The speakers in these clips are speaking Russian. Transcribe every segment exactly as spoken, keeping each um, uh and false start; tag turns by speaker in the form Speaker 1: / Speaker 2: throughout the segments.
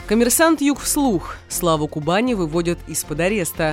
Speaker 1: Коммерсант Юг вслух. Славу Кубани выводят из-под ареста.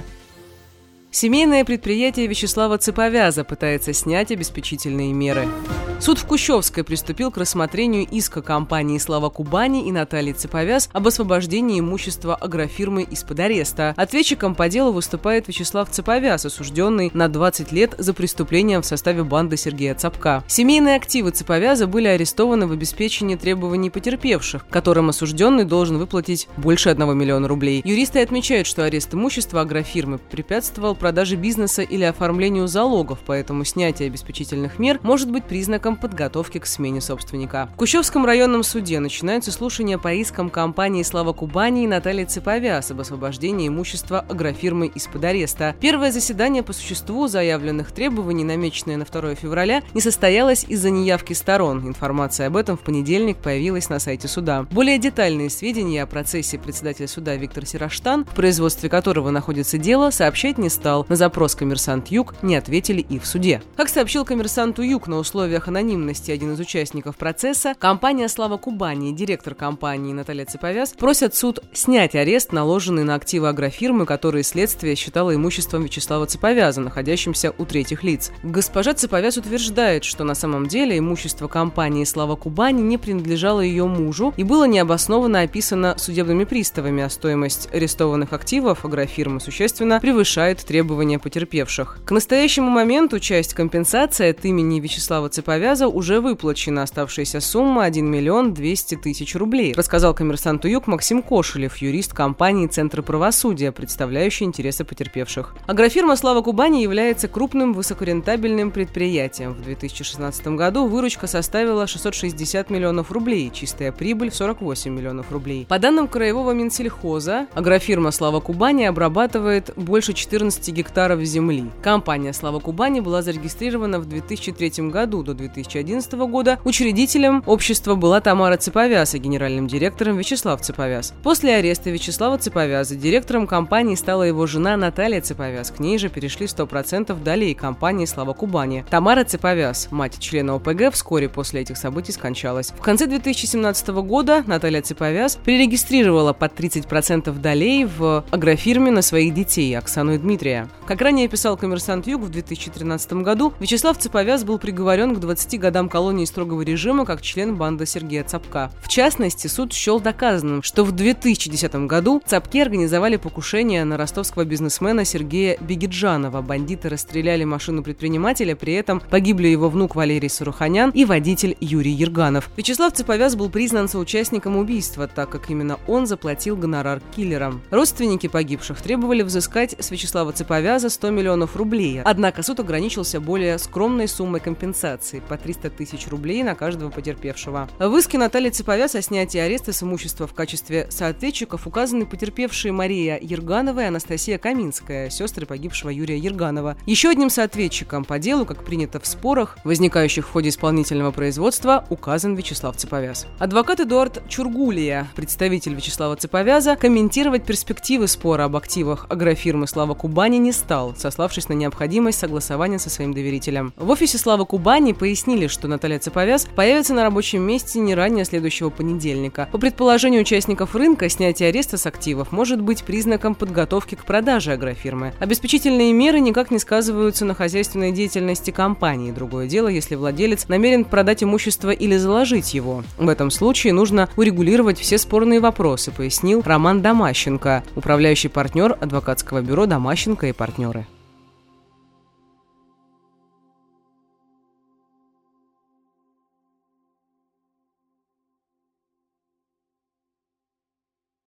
Speaker 1: Семейное предприятие Вячеслава Цеповяза пытается снять обеспечительные меры. Суд в Кущевской приступил к рассмотрению иска компании «Слава Кубани» и Натальи Цеповяз об освобождении имущества агрофирмы из-под ареста. Ответчиком по делу выступает Вячеслав Цеповяз, осужденный на двадцать лет за преступление в составе банды Сергея Цапка. Семейные активы Цеповяза были арестованы в обеспечении требований потерпевших, которым осужденный должен выплатить больше одного миллиона рублей. Юристы отмечают, что арест имущества агрофирмы препятствовал продаже бизнеса или оформлению залогов, поэтому снятие обеспечительных мер может быть признаком подготовки к смене собственника. В Кущевском районном суде начинаются слушания по искам компании «Слава Кубани» и Натальи Цеповяз об освобождении имущества агрофирмы из-под ареста. Первое заседание по существу заявленных требований, намеченное на второе февраля, не состоялось из-за неявки сторон. Информация об этом в понедельник появилась на сайте суда. Более детальные сведения о процессе председатель суда Виктор Сираштан, в производстве которого находится дело, сообщать не стал. На запрос «Коммерсант Юг» не ответили и в суде. Как сообщил «Коммерсанту Юг» на условиях анонимности один из участников процесса, компания «Слава Кубани» и директор компании Наталья Цеповяз просят суд снять арест, наложенный на активы агрофирмы, которые следствие считало имуществом Вячеслава Цеповяза, находящимся у третьих лиц. Госпожа Цеповяз утверждает, что на самом деле имущество компании «Слава Кубани» не принадлежало ее мужу и было необоснованно описано судебными приставами, а стоимость арестованных активов агрофирмы существенно превышает требования потерпевших. К настоящему моменту часть компенсации от имени Вячеслава Цеповяза уже выплачена, оставшаяся сумма один миллион двести тысяч рублей, рассказал «Коммерсанту Юг» Максим Кошелев, юрист компании «Центр правосудия», представляющий интересы потерпевших. Агрофирма «Слава Кубани» является крупным высокорентабельным предприятием. В две тысячи шестнадцатом году выручка составила шестьсот шестьдесят миллионов рублей, чистая прибыль сорок восемь миллионов рублей. По данным Краевого Минсельхоза, агрофирма «Слава Кубани» обрабатывает больше четырнадцати гектаров земли. Компания «Слава Кубани» была зарегистрирована в две тысячи третьем году. До две тысячи одиннадцатого года учредителем общества была Тамара Цеповяз, а генеральным директором Вячеслав Цеповяз. После ареста Вячеслава Цеповяза директором компании стала его жена Наталья Цеповяз. К ней же перешли сто процентов долей компании «Слава Кубани». Тамара Цеповяз, мать члена ОПГ, вскоре после этих событий скончалась. В конце две тысячи семнадцатого года Наталья Цеповяз перерегистрировала под тридцать процентов долей в агрофирме на своих детей, Оксану и Дмитрия. Как ранее писал «Коммерсант Юг», в две тысячи тринадцатом году Вячеслав Цеповяз был приговорен к двадцати годам колонии строгого режима как член банды Сергея Цапка. В частности, суд счел доказанным, что в две тысячи десятом году Цапки организовали покушение на ростовского бизнесмена Сергея Бигиджанова. Бандиты расстреляли машину предпринимателя, при этом погибли его внук Валерий Саруханян и водитель Юрий Ерганов. Вячеслав Цеповяз был признан соучастником убийства, так как именно он заплатил гонорар киллерам. Родственники погибших требовали взыскать с Вячеслава Цеповяза сто миллионов рублей, однако суд ограничился более скромной суммой компенсации по триста тысяч рублей на каждого потерпевшего. В иске Натальи Цеповяз о снятии ареста с имущества в качестве соответчиков указаны потерпевшие Мария Ерганова и Анастасия Каминская, сестры погибшего Юрия Ерганова. Еще одним соответчиком по делу, как принято в спорах, возникающих в ходе исполнительного производства, указан Вячеслав Цеповяз. Адвокат Эдуард Чургулия, представитель Вячеслава Цеповяза, комментировать перспективы спора об активах агрофирмы «Слава Кубани» не стал, сославшись на необходимость согласования со своим доверителем. В офисе «Слава Кубани» пояснили, что Наталья Цеповяз появится на рабочем месте не ранее следующего понедельника. По предположению участников рынка, снятие ареста с активов может быть признаком подготовки к продаже агрофирмы. Обеспечительные меры никак не сказываются на хозяйственной деятельности компании. Другое дело, если владелец намерен продать имущество или заложить его. В этом случае нужно урегулировать все спорные вопросы, пояснил Роман Домащенко, управляющий партнер адвокатского бюро «Домащенко и партнеры».